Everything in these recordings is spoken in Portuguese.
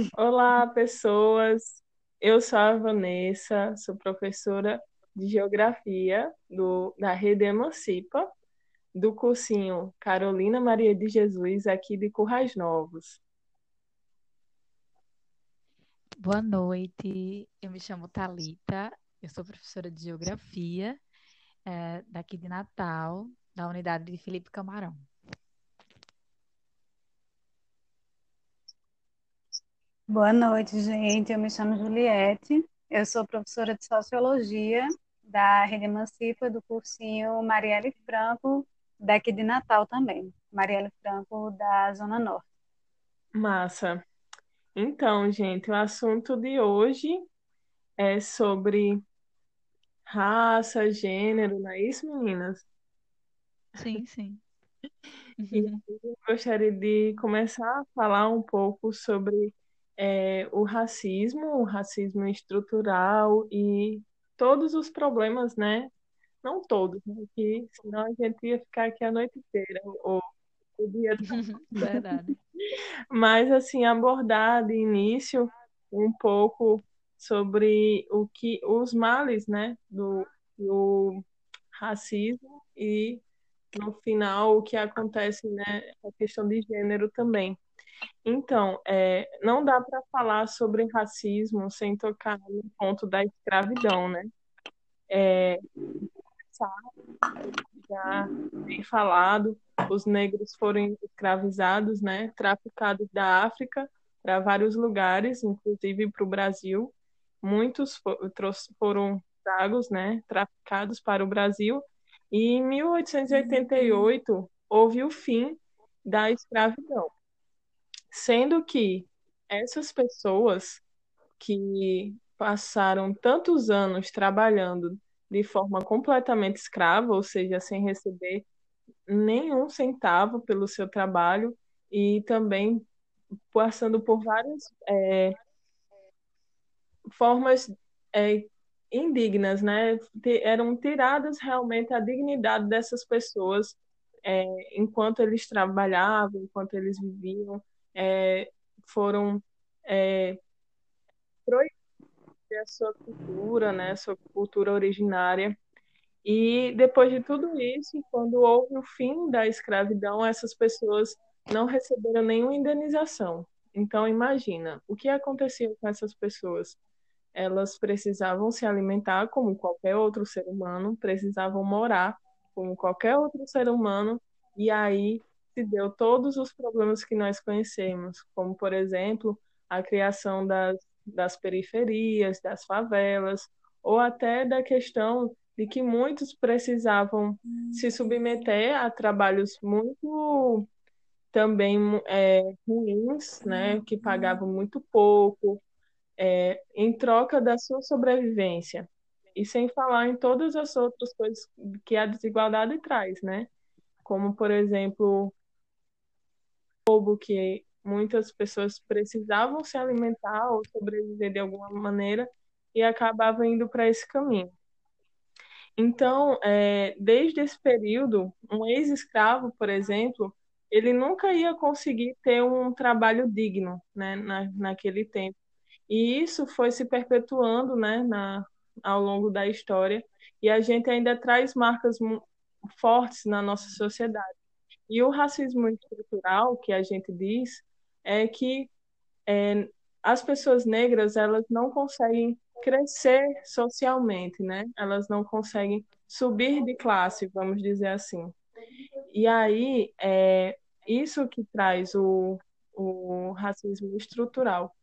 Olá, pessoas. Eu sou a Vanessa, sou professora de Geografia da Rede Emancipa, do cursinho Carolina Maria de Jesus, aqui de Currais Novos. Boa noite, eu me chamo Thalita, eu sou professora de Geografia, daqui de Natal, da unidade de Felipe Camarão. Boa noite, gente. Eu me chamo Juliette. Eu sou professora de Sociologia da Rede Emancipa do cursinho Marielle Franco, daqui de Natal também. Marielle Franco, da Zona Norte. Massa. Então, gente, o assunto de hoje é sobre raça, gênero, não é isso, meninas? Sim, sim. E eu gostaria de começar a falar um pouco sobre o racismo estrutural e todos os problemas, né? Não todos, né? Que senão a gente ia ficar aqui a noite inteira, ou o dia todo. Verdade. Mas, assim, abordar de início um pouco sobre os males, né? Do racismo e no final o que acontece, né, a questão de gênero também. Então, não dá para falar sobre racismo sem tocar no ponto da escravidão, né? É, já bem falado, os negros foram escravizados, né, traficados da África para vários lugares, inclusive para o Brasil. Muitos foram tragos, né, traficados para o Brasil. E em 1888 houve o fim da escravidão, sendo que essas pessoas que passaram tantos anos trabalhando de forma completamente escrava, ou seja, sem receber nenhum centavo pelo seu trabalho e também passando por várias formas é, indignas, né? Eram tiradas realmente a dignidade dessas pessoas é, enquanto eles trabalhavam, enquanto eles viviam, é, foram é, proibidas a sua cultura, né? A sua cultura originária. E depois de tudo isso, quando houve o fim da escravidão, essas pessoas não receberam nenhuma indenização. Então, imagina, o que acontecia com essas pessoas? Elas precisavam se alimentar como qualquer outro ser humano, precisavam morar como qualquer outro ser humano, e aí se deu todos os problemas que nós conhecemos, como, por exemplo, a criação das periferias, das favelas, ou até da questão de que muitos precisavam se submeter a trabalhos muito também ruins, né, que pagavam muito pouco, em troca da sua sobrevivência. E sem falar em todas as outras coisas que a desigualdade traz, né? Como, por exemplo, roubo, que muitas pessoas precisavam se alimentar ou sobreviver de alguma maneira e acabavam indo para esse caminho. Então, desde esse período, um ex-escravo, por exemplo, ele nunca ia conseguir ter um trabalho digno, né, naquele tempo. E isso foi se perpetuando, né, ao longo da história, e a gente ainda traz marcas fortes na nossa sociedade. E o racismo estrutural, que a gente diz, é que as pessoas negras, elas não conseguem crescer socialmente, né? Elas não conseguem subir de classe, vamos dizer assim. E aí, isso que traz o racismo estrutural.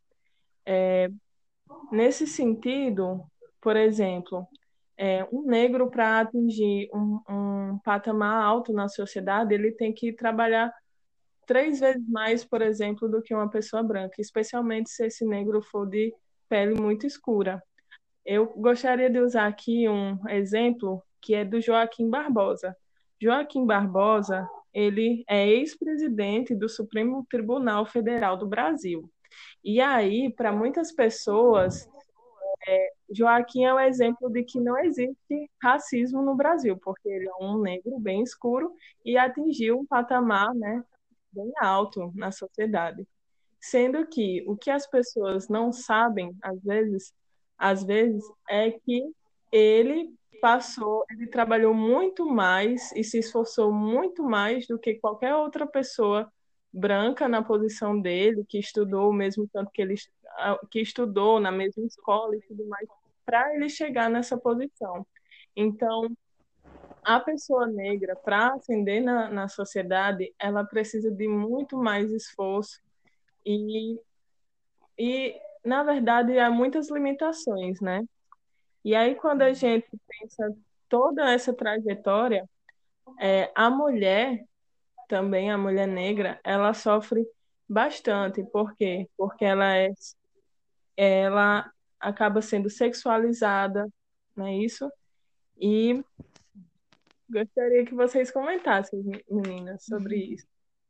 Nesse sentido, por exemplo, um negro para atingir um patamar alto na sociedade, ele tem que trabalhar 3 vezes mais, por exemplo, do que uma pessoa branca, especialmente se esse negro for de pele muito escura. Eu gostaria de usar aqui um exemplo que é do Joaquim Barbosa. Joaquim Barbosa, ele é ex-presidente do Supremo Tribunal Federal do Brasil. E aí, para muitas pessoas, Joaquim é o exemplo de que não existe racismo no Brasil, porque ele é um negro bem escuro e atingiu um patamar, né, bem alto na sociedade. Sendo que o que as pessoas não sabem, às vezes é que ele ele trabalhou muito mais e se esforçou muito mais do que qualquer outra pessoa branca na posição dele, que estudou o mesmo tanto que que estudou na mesma escola e tudo mais, para ele chegar nessa posição. Então, a pessoa negra, para ascender na sociedade, ela precisa de muito mais esforço e, na verdade, há muitas limitações, né? E aí, quando a gente pensa toda essa trajetória, a mulher, também a mulher negra, ela sofre bastante. Por quê? Porque ela acaba sendo sexualizada, não é isso? E gostaria que vocês comentassem, meninas, sobre isso.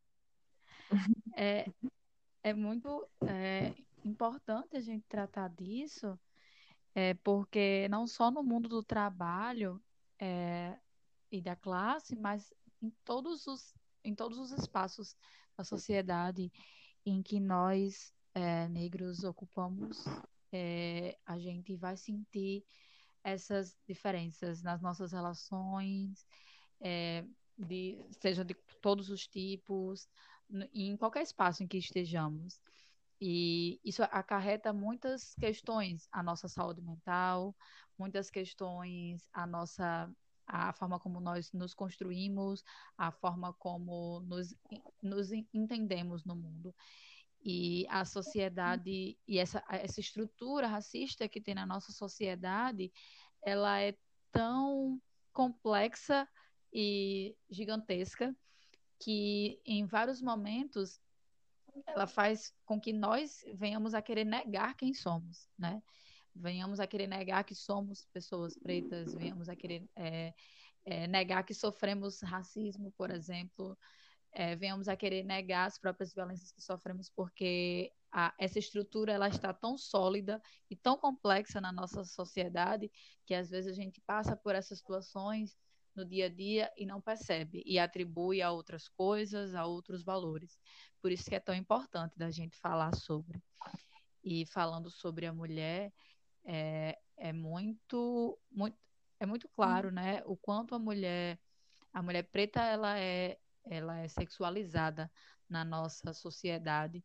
É, é muito importante a gente tratar disso, porque não só no mundo do trabalho e da classe, mas em todos os espaços da sociedade em que nós, negros, ocupamos, a gente vai sentir essas diferenças nas nossas relações, é, seja de todos os tipos, em qualquer espaço em que estejamos. E isso acarreta muitas questões à nossa saúde mental, muitas questões a forma como nós nos construímos, a forma como nos entendemos no mundo. E a sociedade, e essa estrutura racista que tem na nossa sociedade, ela é tão complexa e gigantesca que em vários momentos ela faz com que nós venhamos a querer negar quem somos, né? Venhamos a querer negar que somos pessoas pretas, venhamos a querer negar que sofremos racismo, por exemplo, venhamos a querer negar as próprias violências que sofremos porque essa estrutura ela está tão sólida e tão complexa na nossa sociedade que às vezes a gente passa por essas situações no dia a dia e não percebe e atribui a outras coisas, a outros valores. Por isso que é tão importante da gente falar sobre. E falando sobre a mulher, é é muito claro, né, o quanto a mulher preta, ela é sexualizada na nossa sociedade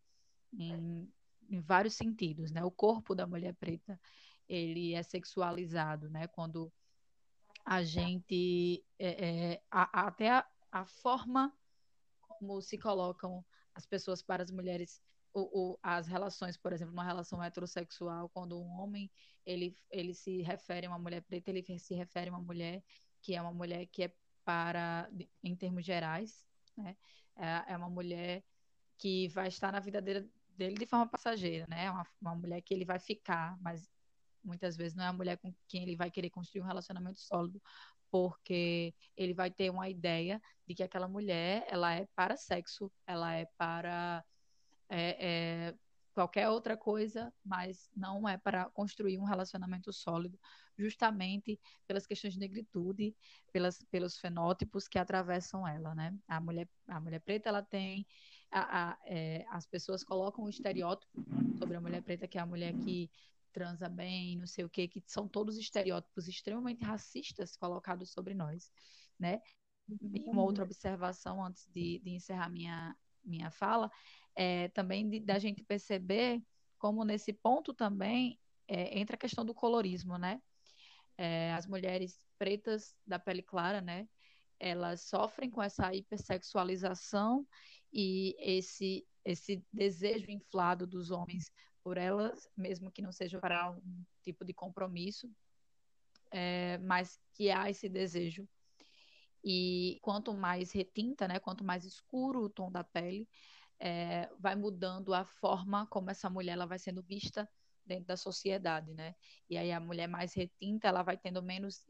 em vários sentidos, né? O corpo da mulher preta, ele é sexualizado, né? Quando a gente, até a forma como se colocam as pessoas para as mulheres, as relações, por exemplo, uma relação heterossexual, quando um homem ele se refere a uma mulher preta, ele se refere a uma mulher que é uma mulher que é para, em termos gerais, né? É uma mulher que vai estar na vida dele de forma passageira, né? Uma mulher que ele vai ficar, mas muitas vezes não é a mulher com quem ele vai querer construir um relacionamento sólido, porque ele vai ter uma ideia de que aquela mulher, ela é para sexo, ela é para é, é, qualquer outra coisa, mas não é para construir um relacionamento sólido, justamente pelas questões de negritude, pelos fenótipos que atravessam ela, né? A mulher preta, ela tem as pessoas colocam um estereótipo sobre a mulher preta, que é a mulher que transa bem, não sei o quê, que são todos estereótipos extremamente racistas colocados sobre nós, né? E uma outra observação antes de encerrar minha fala, também da gente perceber como nesse ponto também entra a questão do colorismo, né? As mulheres pretas da pele clara, né? Elas sofrem com essa hipersexualização e esse desejo inflado dos homens por elas, mesmo que não seja para um tipo de compromisso, mas que há esse desejo. E quanto mais retinta, né, quanto mais escuro o tom da pele, vai mudando a forma como essa mulher ela vai sendo vista dentro da sociedade, né? E aí a mulher mais retinta ela vai tendo menos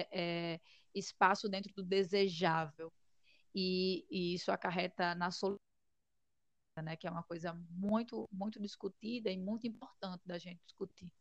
espaço dentro do desejável. E isso acarreta na solidão, né? Que é uma coisa muito discutida e muito importante da gente discutir.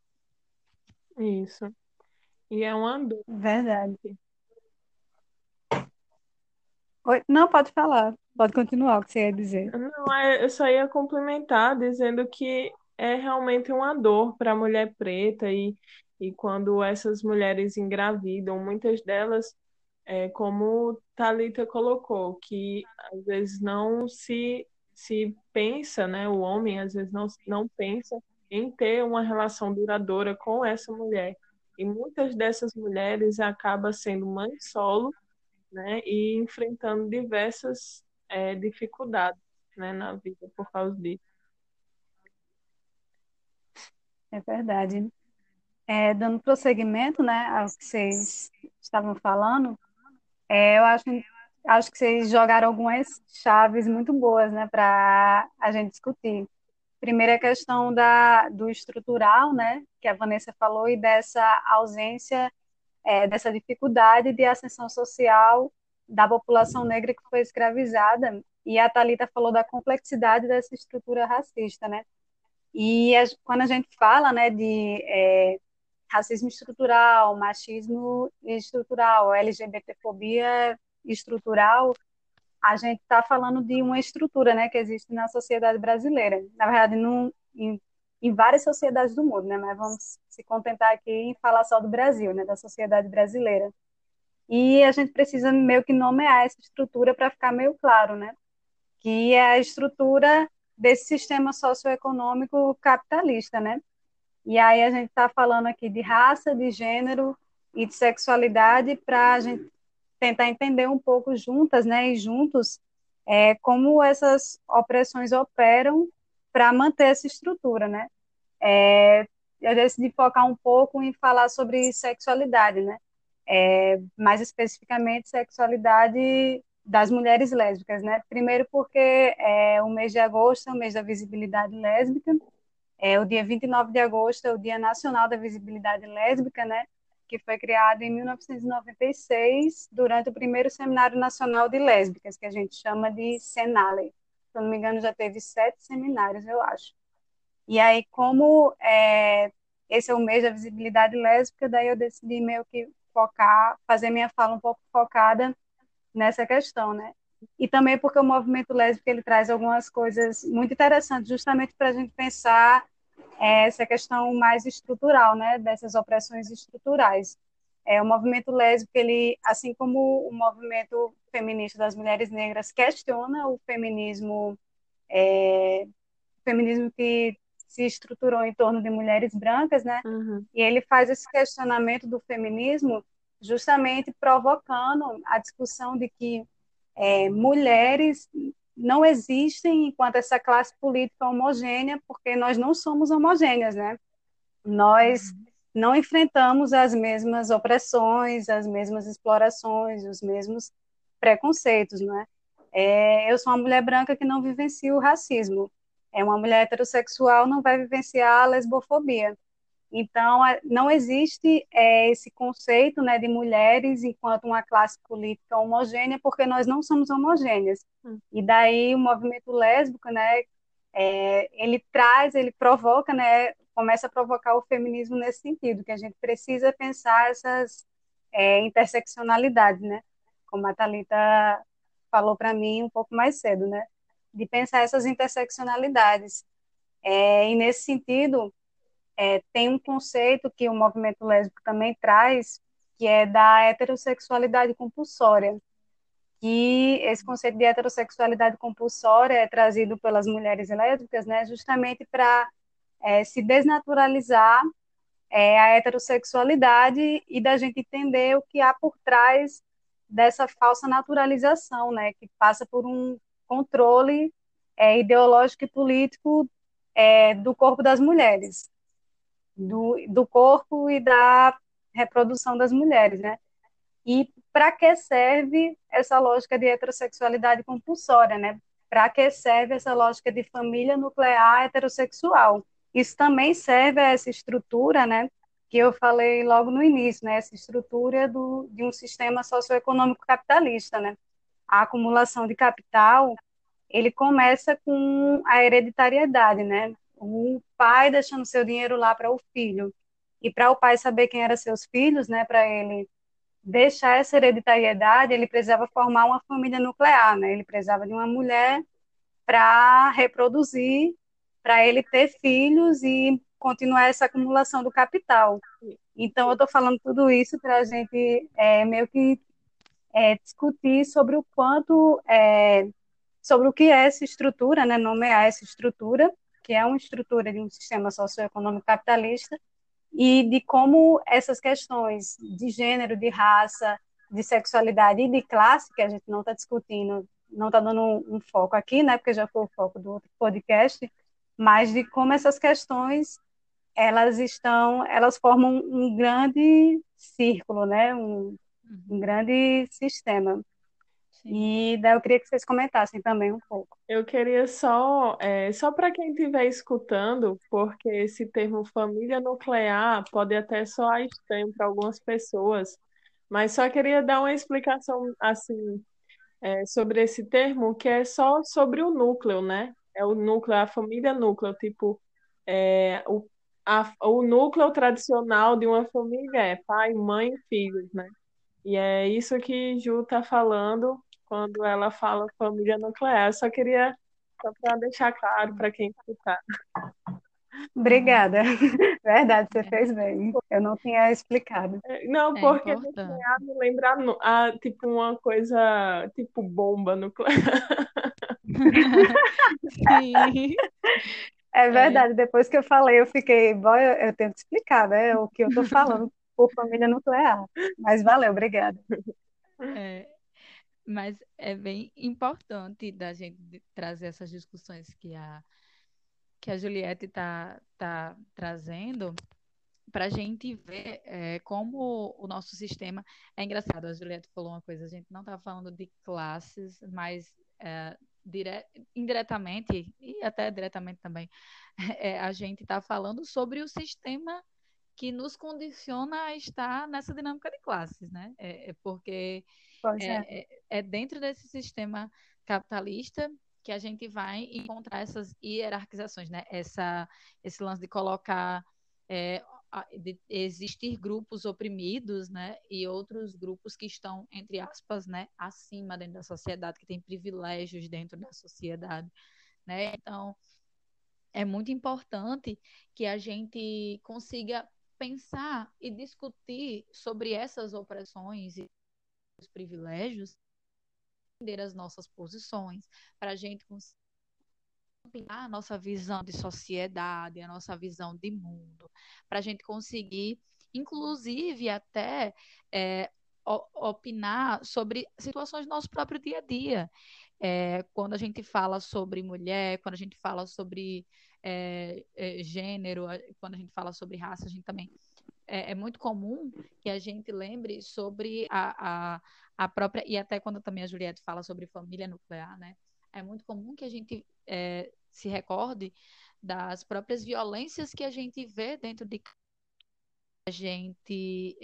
Isso. E é uma dor. Verdade. Oi? Não, pode falar. Pode continuar o que você ia dizer. Não, eu só ia complementar dizendo que é realmente uma dor para a mulher preta e quando essas mulheres engravidam, muitas delas, como Thalita colocou, que às vezes não se pensa, né? O homem às vezes não pensa em ter uma relação duradoura com essa mulher. E muitas dessas mulheres acabam sendo mãe solo, né, e enfrentando diversas dificuldades, né, na vida por causa disso. É verdade. Dando prosseguimento, né, ao que vocês estavam falando, eu acho que vocês jogaram algumas chaves muito boas, né, para a gente discutir. Primeiro, a questão do estrutural, né, que a Vanessa falou, e dessa ausência, dessa dificuldade de ascensão social da população negra que foi escravizada. E a Thalita falou da complexidade dessa estrutura racista, né? Quando a gente fala, né, de racismo estrutural, machismo estrutural, LGBTfobia estrutural, a gente está falando de uma estrutura, né, que existe na sociedade brasileira. Na verdade, em várias sociedades do mundo, né, mas vamos se contentar aqui em falar só do Brasil, né, da sociedade brasileira. E a gente precisa meio que nomear essa estrutura para ficar meio claro, né, que é a estrutura desse sistema socioeconômico capitalista, né? E aí a gente está falando aqui de raça, de gênero e de sexualidade para a gente tentar entender um pouco juntas, né, e juntos, como essas opressões operam para manter essa estrutura, né? Eu decidi focar um pouco em falar sobre sexualidade, né? Mais especificamente sexualidade das mulheres lésbicas, né? Primeiro porque o mês de agosto é o mês da visibilidade lésbica, o dia 29 de agosto é o Dia Nacional da Visibilidade Lésbica, né? Que foi criado em 1996, durante o primeiro Seminário Nacional de Lésbicas, que a gente chama de Senale. Se eu não me engano, já teve 7 seminários, eu acho. E aí, como esse é o mês da visibilidade lésbica, daí eu decidi meio que focar, fazer minha fala um pouco focada nessa questão, né? E também porque o movimento lésbico ele traz algumas coisas muito interessantes, justamente para a gente pensar essa questão mais estrutural, né, dessas opressões estruturais. O movimento lésbico, ele, assim como o movimento feminista das mulheres negras, questiona o feminismo que se estruturou em torno de mulheres brancas, né? Uhum. E ele faz esse questionamento do feminismo justamente provocando a discussão de que mulheres não existem enquanto essa classe política homogênea, porque nós não somos homogêneas, né? Nós não enfrentamos as mesmas opressões, as mesmas explorações, os mesmos preconceitos, né? Eu sou uma mulher branca que não vivencia o racismo. Uma mulher heterossexual não vai vivenciar a lesbofobia. Então, não existe esse conceito, né, de mulheres enquanto uma classe política homogênea, porque nós não somos homogêneas. Uhum. E daí o movimento lésbico, né, ele provoca, né, começa a provocar o feminismo nesse sentido, que a gente precisa pensar essas interseccionalidades, né, como a Thalita falou para mim um pouco mais cedo, né, de pensar essas interseccionalidades. E nesse sentido, tem um conceito que o movimento lésbico também traz, que é da heterossexualidade compulsória, que esse conceito de heterossexualidade compulsória é trazido pelas mulheres lésbicas, né, justamente para se desnaturalizar a heterossexualidade e da gente entender o que há por trás dessa falsa naturalização, né, que passa por um controle ideológico e político do corpo das mulheres, do corpo e da reprodução das mulheres, né? E para que serve essa lógica de heterossexualidade compulsória, né? Para que serve essa lógica de família nuclear heterossexual? Isso também serve a essa estrutura, né? Que eu falei logo no início, né? Essa estrutura de um sistema socioeconômico capitalista, né? A acumulação de capital, ele começa com a hereditariedade, né? O pai deixando seu dinheiro lá para o filho. E para o pai saber quem eram seus filhos, né? Para ele deixar essa hereditariedade, ele precisava formar uma família nuclear, né? Ele precisava de uma mulher para reproduzir, para ele ter filhos e continuar essa acumulação do capital. Então, eu estou falando tudo isso para a gente meio que discutir sobre o quanto, sobre o que é essa estrutura, né? Nomear essa estrutura, que é uma estrutura de um sistema socioeconômico capitalista, e de como essas questões de gênero, de raça, de sexualidade e de classe, que a gente não está discutindo, não está dando um foco aqui, né, porque já foi o foco do outro podcast, mas de como essas questões elas formam um grande círculo, né, um Uhum. grande sistema. Sim. E daí eu queria que vocês comentassem também um pouco. Eu queria só para quem estiver escutando, porque esse termo família nuclear pode até soar estranho para algumas pessoas, mas só queria dar uma explicação assim sobre esse termo, que é só sobre o núcleo, né? É o núcleo, a família núcleo, tipo, o núcleo tradicional de uma família é pai, mãe e filhos, né? E é isso que Ju está falando quando ela fala família nuclear. Eu só queria, só para deixar claro para quem escutar. Uhum. Obrigada. Verdade, você É, fez bem. Eu não tinha explicado. Não, é porque nuclear importante. me lembra tipo uma coisa tipo bomba nuclear. Sim. É É, verdade, depois que eu falei, eu fiquei, boy, eu tenho que explicar, né, o que eu estou falando por família nuclear. Mas valeu, obrigada. é, mas é bem importante da gente trazer essas discussões que a Juliette tá trazendo para a gente ver como o nosso sistema. É engraçado, a Juliette falou uma coisa, a gente não está falando de classes, mas indiretamente, e até diretamente também, a gente está falando sobre o sistema que nos condiciona a estar nessa dinâmica de classes, né? Porque Pois é, é dentro desse sistema capitalista que a gente vai encontrar essas hierarquizações, né? Esse lance de colocar, de existir grupos oprimidos, né? E outros grupos que estão, entre aspas, né? Acima dentro da sociedade, que tem privilégios dentro da sociedade, né? Então, é muito importante que a gente consiga pensar e discutir sobre essas opressões e os privilégios, entender as nossas posições, para a gente conseguir a nossa visão de sociedade, a nossa visão de mundo, para a gente conseguir, inclusive, até opinar sobre situações do nosso próprio dia a dia. Quando a gente fala sobre mulher, quando a gente fala sobre gênero, quando a gente fala sobre raça, a gente também é muito comum que a gente lembre sobre a própria, e até quando também a Juliette fala sobre família nuclear, né? É muito comum que a gente se recorde das próprias violências que a gente vê dentro de a gente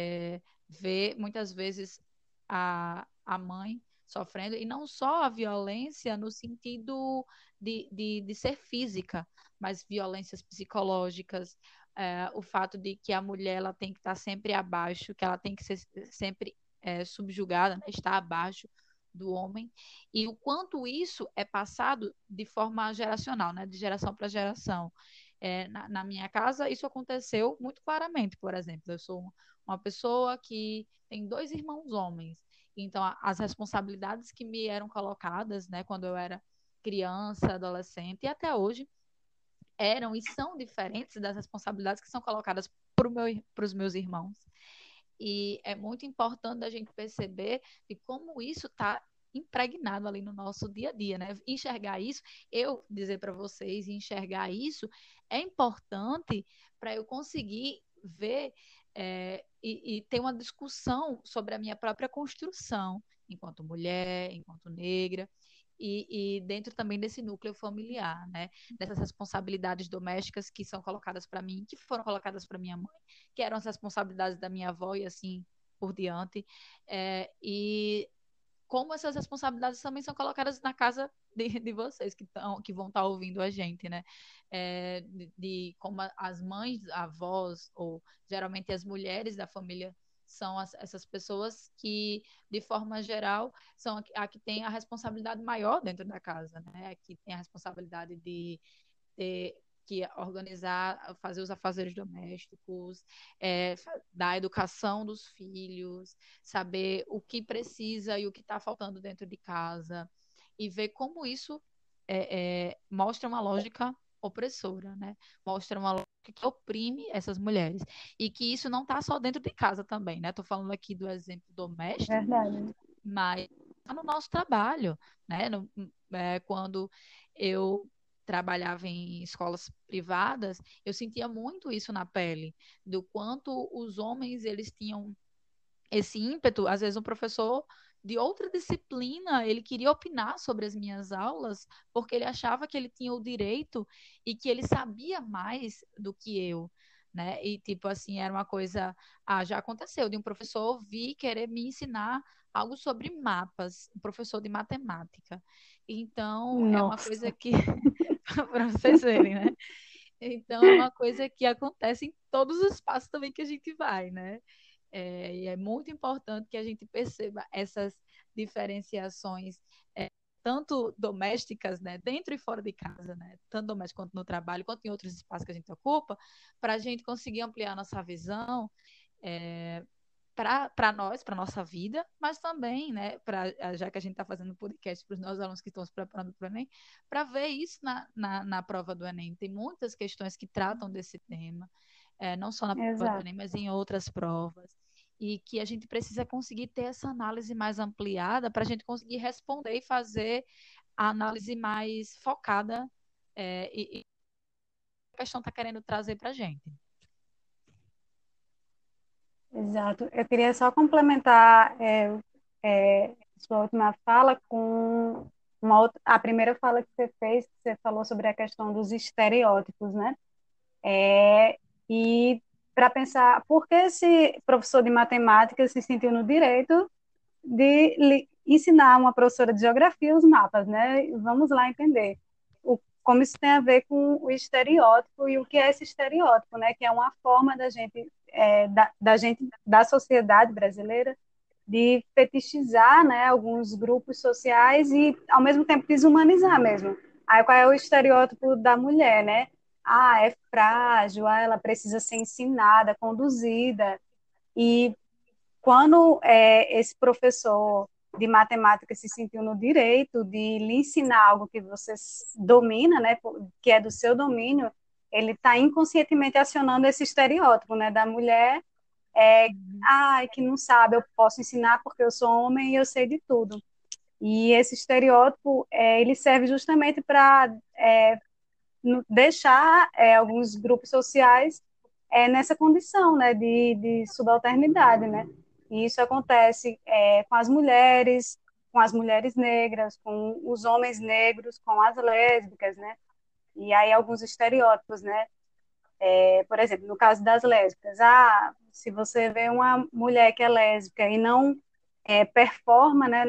vê muitas vezes a mãe sofrendo, e não só a violência no sentido de ser física, mas violências psicológicas, o fato de que a mulher ela tem que estar sempre abaixo, que ela tem que ser sempre subjugada, né, estar abaixo do homem, e o quanto isso é passado de forma geracional, né, de geração para geração. Na minha casa, isso aconteceu muito claramente, por exemplo. Eu sou uma pessoa que tem dois irmãos homens. Então, as responsabilidades que me eram colocadas, né, quando eu era criança, adolescente e até hoje, eram e são diferentes das responsabilidades que são colocadas para os meus irmãos. E é muito importante a gente perceber de como isso está impregnado ali no nosso dia a dia, né? Enxergar isso, eu dizer para vocês, enxergar isso é importante para eu conseguir ver e ter uma discussão sobre a minha própria construção enquanto mulher, enquanto negra. E dentro também desse núcleo familiar, né? Dessas responsabilidades domésticas que são colocadas para mim, que foram colocadas para minha mãe, que eram as responsabilidades da minha avó e assim por diante. E como essas responsabilidades também são colocadas na casa de vocês que vão estar ouvindo a gente, né? De como as mães, avós, ou geralmente as mulheres da família são essas pessoas que, de forma geral, são a que tem a responsabilidade maior dentro da casa, né? Que tem a responsabilidade de ter que organizar, fazer os afazeres domésticos, da educação dos filhos, saber o que precisa e o que está faltando dentro de casa, e ver como isso mostra uma lógica opressora, né? Mostra uma lógica que oprime essas mulheres. E que isso não está só dentro de casa também, né? Estou falando aqui do exemplo doméstico, Verdade. mas tá no nosso trabalho, né? Quando eu trabalhava em escolas privadas, eu sentia muito isso na pele, do quanto os homens eles tinham esse ímpeto. Às vezes um professor de outra disciplina, ele queria opinar sobre as minhas aulas, porque ele achava que ele tinha o direito e que ele sabia mais do que eu, né? E tipo assim, era uma coisa, já aconteceu de um professor vir querer me ensinar algo sobre mapas, um professor de matemática. Então, é uma coisa Nossa, que para vocês verem, né? Então, é uma coisa que acontece em todos os espaços também que a gente vai, né? E é muito importante que a gente perceba essas diferenciações, tanto domésticas, né, dentro e fora de casa, né, tanto doméstico quanto no trabalho, quanto em outros espaços que a gente ocupa, para a gente conseguir ampliar nossa visão, para nós, para nossa vida, mas também, né, já que a gente está fazendo podcast para os nossos alunos que estão se preparando para o Enem, para ver isso na prova do Enem. Tem muitas questões que tratam desse tema, não só na prova do exato. Enem, mas em outras provas. E que a gente precisa conseguir ter essa análise mais ampliada para a gente conseguir responder e fazer a análise mais focada e a questão está querendo trazer para a gente. Exato. Eu queria só complementar sua última fala com a primeira fala que você fez, que você falou sobre a questão dos estereótipos, né? E para pensar, por que esse professor de matemática se sentiu no direito de ensinar uma professora de geografia os mapas, né? Vamos lá entender como isso tem a ver com o estereótipo e o que é esse estereótipo, né? Que é uma forma da gente, da sociedade brasileira, de fetichizar, né, alguns grupos sociais e, ao mesmo tempo, desumanizar mesmo. Aí, qual é o estereótipo da mulher, né? Ah, é frágil, ela precisa ser ensinada, conduzida. E quando esse professor de matemática se sentiu no direito de lhe ensinar algo que você domina, né, que é do seu domínio, ele está inconscientemente acionando esse estereótipo, né, da mulher que não sabe, eu posso ensinar porque eu sou homem e eu sei de tudo. E esse estereótipo, ele serve justamente para deixar alguns grupos sociais nessa condição, né, de subalternidade, né? E isso acontece com as mulheres negras, com os homens negros, com as lésbicas, né? E aí alguns estereótipos, né? Por exemplo, no caso das lésbicas, se você vê uma mulher que é lésbica e não performa, né,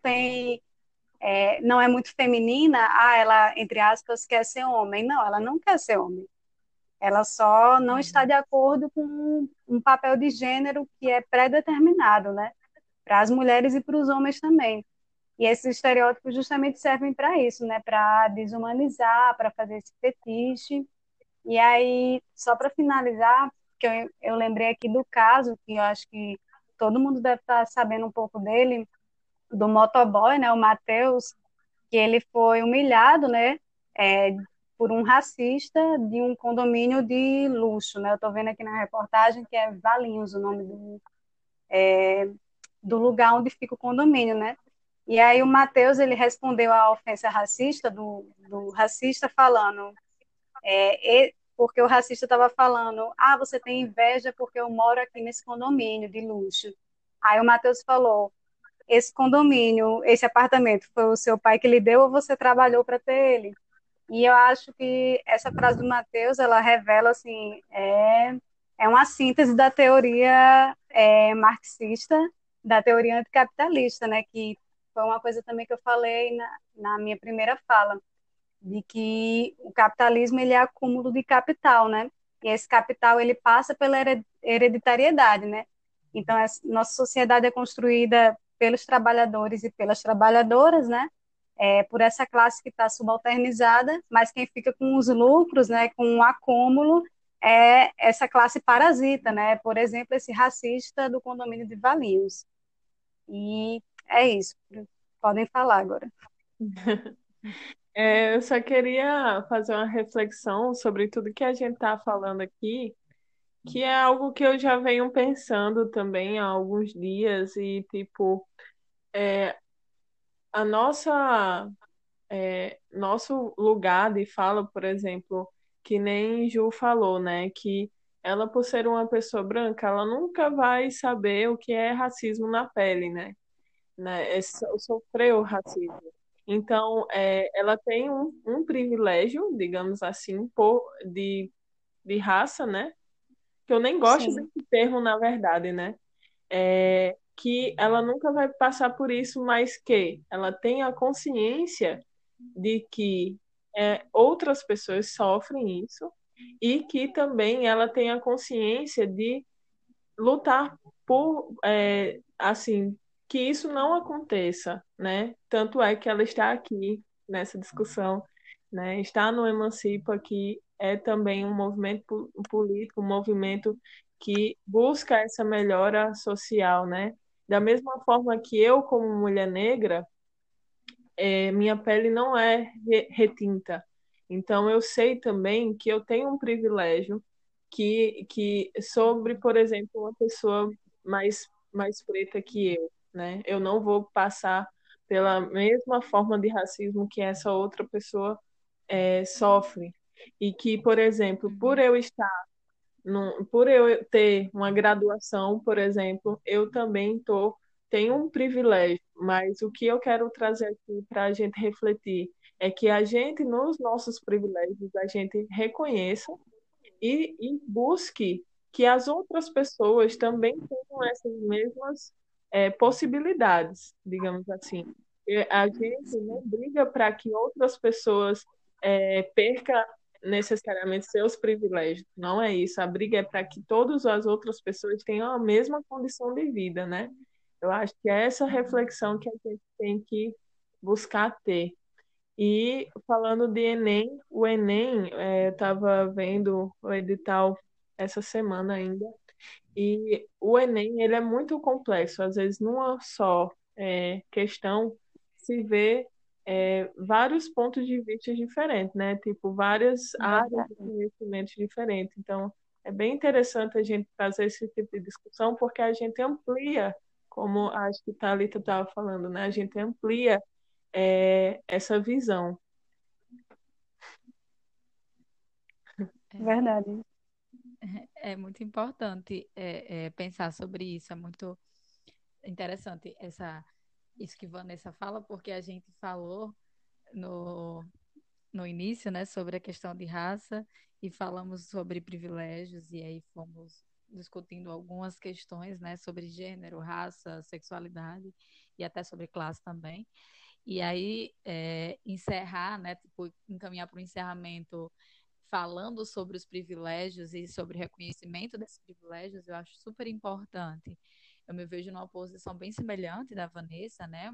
não é muito feminina, ela, entre aspas, quer ser homem. Não, ela não quer ser homem. Ela só não está Uhum. de acordo com um papel de gênero que é pré-determinado, né, para as mulheres e para os homens também. E esses estereótipos justamente servem para isso, né, para desumanizar, para fazer esse fetiche. E aí, só para finalizar, que eu lembrei aqui do caso, que eu acho que todo mundo deve estar sabendo um pouco dele, do motoboy, né, o Matheus, que ele foi humilhado, né, é, por um racista de um condomínio de luxo, né? Eu estou vendo aqui na reportagem que é Valinhos, o nome do lugar onde fica o condomínio, né? E aí o Matheus, ele respondeu à ofensa racista do racista falando, porque o racista estava falando, você tem inveja porque eu moro aqui nesse condomínio de luxo. Aí o Matheus falou, esse condomínio, esse apartamento, foi o seu pai que lhe deu ou você trabalhou para ter ele? E eu acho que essa frase do Matheus, ela revela, assim, é uma síntese da teoria marxista, da teoria anticapitalista, né? Que foi uma coisa também que eu falei na minha primeira fala, de que o capitalismo ele é acúmulo de capital, né? E esse capital ele passa pela hereditariedade, né? Então, nossa sociedade é construída pelos trabalhadores e pelas trabalhadoras, né? Por essa classe que está subalternizada, mas quem fica com os lucros, né, com o acúmulo, é essa classe parasita, né? Por exemplo, esse racista do condomínio de Valinhos. E é isso. Podem falar agora. Eu só queria fazer uma reflexão sobre tudo que a gente está falando aqui, que é algo que eu já venho pensando também há alguns dias, e tipo, a nosso lugar de fala, por exemplo, que nem Ju falou, né, que ela, por ser uma pessoa branca, ela nunca vai saber o que é racismo na pele, né, sofreu racismo. Então, ela tem um privilégio, digamos assim, de raça, né? Que eu nem gosto Sim, desse termo, na verdade, né? Que ela nunca vai passar por isso, mas que ela tem a consciência de que outras pessoas sofrem isso e que também ela tem a consciência de lutar por, assim, que isso não aconteça, né? Tanto é que ela está aqui nessa discussão, né? Está no Emancipa, que é também um movimento político, um movimento que busca essa melhora social, né? Da mesma forma que eu, como mulher negra, minha pele não é retinta. Então, eu sei também que eu tenho um privilégio que sobre, por exemplo, uma pessoa mais preta que eu, né? Eu não vou passar pela mesma forma de racismo que essa outra pessoa sofre. E que, por exemplo, Uhum. por eu ter uma graduação, por exemplo, eu também tenho um privilégio, mas o que eu quero trazer aqui para a gente refletir é que a gente, nos nossos privilégios, a gente reconheça e busque que as outras pessoas também tenham essas mesmas possibilidades, digamos assim. A gente não briga para que outras pessoas percam necessariamente seus privilégios. Não é isso. A briga é para que todas as outras pessoas tenham a mesma condição de vida, né? Eu acho que é essa reflexão que a gente tem que buscar ter. E falando de Enem, o Enem, eu estava vendo o edital essa semana ainda, e o Enem ele é muito complexo. Às vezes, numa só questão, se vê vários pontos de vista diferentes, né? Tipo, várias áreas de verdade. conhecimentos diferentes. Então, é bem interessante a gente fazer esse tipo de discussão, porque a gente amplia, como acho que a Thalita estava falando, né? A gente amplia essa visão. Verdade. É muito importante pensar sobre isso, é muito interessante isso que Vanessa fala, porque a gente falou no, no início, né, sobre a questão de raça e falamos sobre privilégios e aí fomos discutindo algumas questões, né, sobre gênero, raça, sexualidade e até sobre classe também. E aí encerrar, né, tipo, encaminhar para o encerramento falando sobre os privilégios e sobre o reconhecimento desses privilégios, eu acho super importante. Eu me vejo numa posição bem semelhante da Vanessa, né?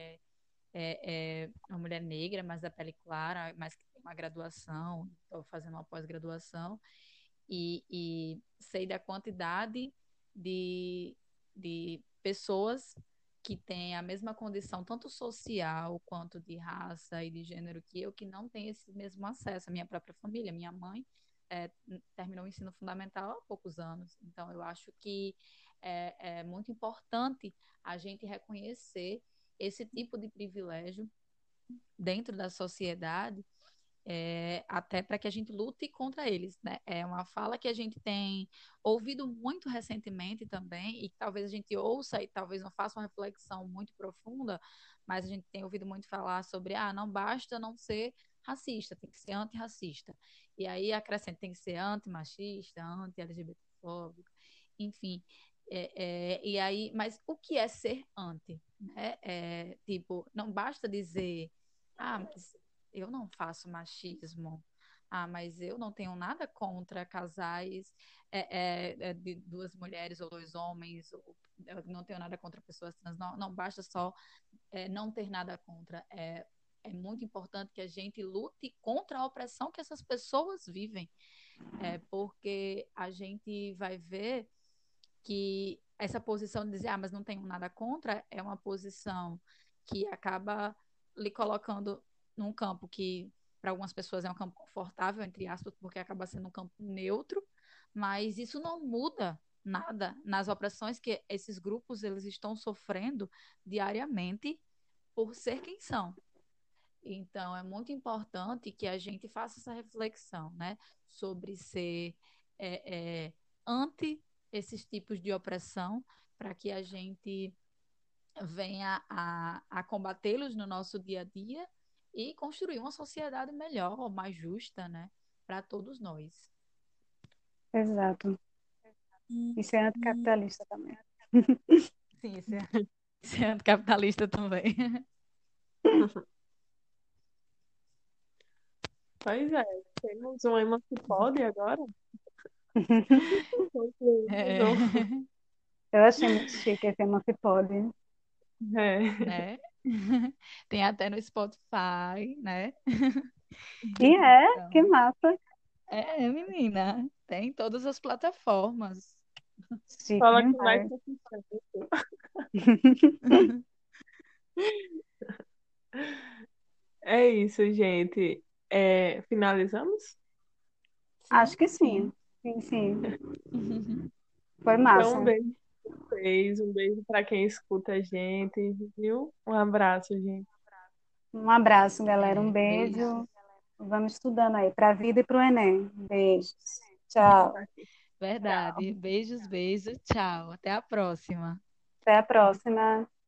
Uma mulher negra, mas da pele clara, mas que tem uma graduação, estou fazendo uma pós-graduação, e sei da quantidade de, de pessoas que têm a mesma condição, tanto social quanto de raça e de gênero que eu, que não têm esse mesmo acesso. A minha própria família, minha mãe, terminou o ensino fundamental há poucos anos. Então, eu acho que é muito importante a gente reconhecer esse tipo de privilégio dentro da sociedade, até para que a gente lute contra eles, né? É uma fala que a gente tem ouvido muito recentemente também, e que talvez a gente ouça e talvez não faça uma reflexão muito profunda, mas a gente tem ouvido muito falar sobre, não basta não ser racista, tem que ser antirracista. E aí acrescenta, tem que ser antimachista, anti-LGBTfóbico, enfim. E aí, mas o que é ser anti? Né? Tipo, não basta dizer, mas eu não faço machismo, Ah, mas eu não tenho nada contra casais de duas mulheres ou dois homens, eu não tenho nada contra pessoas trans, não, não basta só não ter nada contra. É muito importante que a gente lute contra a opressão que essas pessoas vivem, porque a gente vai ver que essa posição de dizer, ah, mas não tenho nada contra, é uma posição que acaba lhe colocando num campo que para algumas pessoas é um campo confortável, entre aspas, porque acaba sendo um campo neutro, mas isso não muda nada nas opressões que esses grupos eles estão sofrendo diariamente por ser quem são. Então, é muito importante que a gente faça essa reflexão, né, sobre ser anti esses tipos de opressão, para que a gente venha a combatê-los no nosso dia a dia e construir uma sociedade melhor, mais justa, né, para todos nós. Exato. Isso é anticapitalista também. Sim, isso é anticapitalista também. Pois é, temos um Emancipode agora. É, Eu achei muito chique esse Emancipode. É. né? Tem até no Spotify, né? E é, que Então, massa. menina, tem em todas as plataformas. Chique Fala que mais demais. sucesso. É isso, gente. Finalizamos? Sim, Acho que sim. sim. Sim, sim. Foi Então, um massa. beijo pra vocês, um beijo para quem escuta a gente, viu? Um abraço, gente. Um abraço, galera. Um Beijo. beijo. Vamos estudando aí para a vida e para o Enem. Beijos. Tchau. Tchau. Verdade. Beijos, beijos. Tchau. Até a próxima. Até a próxima.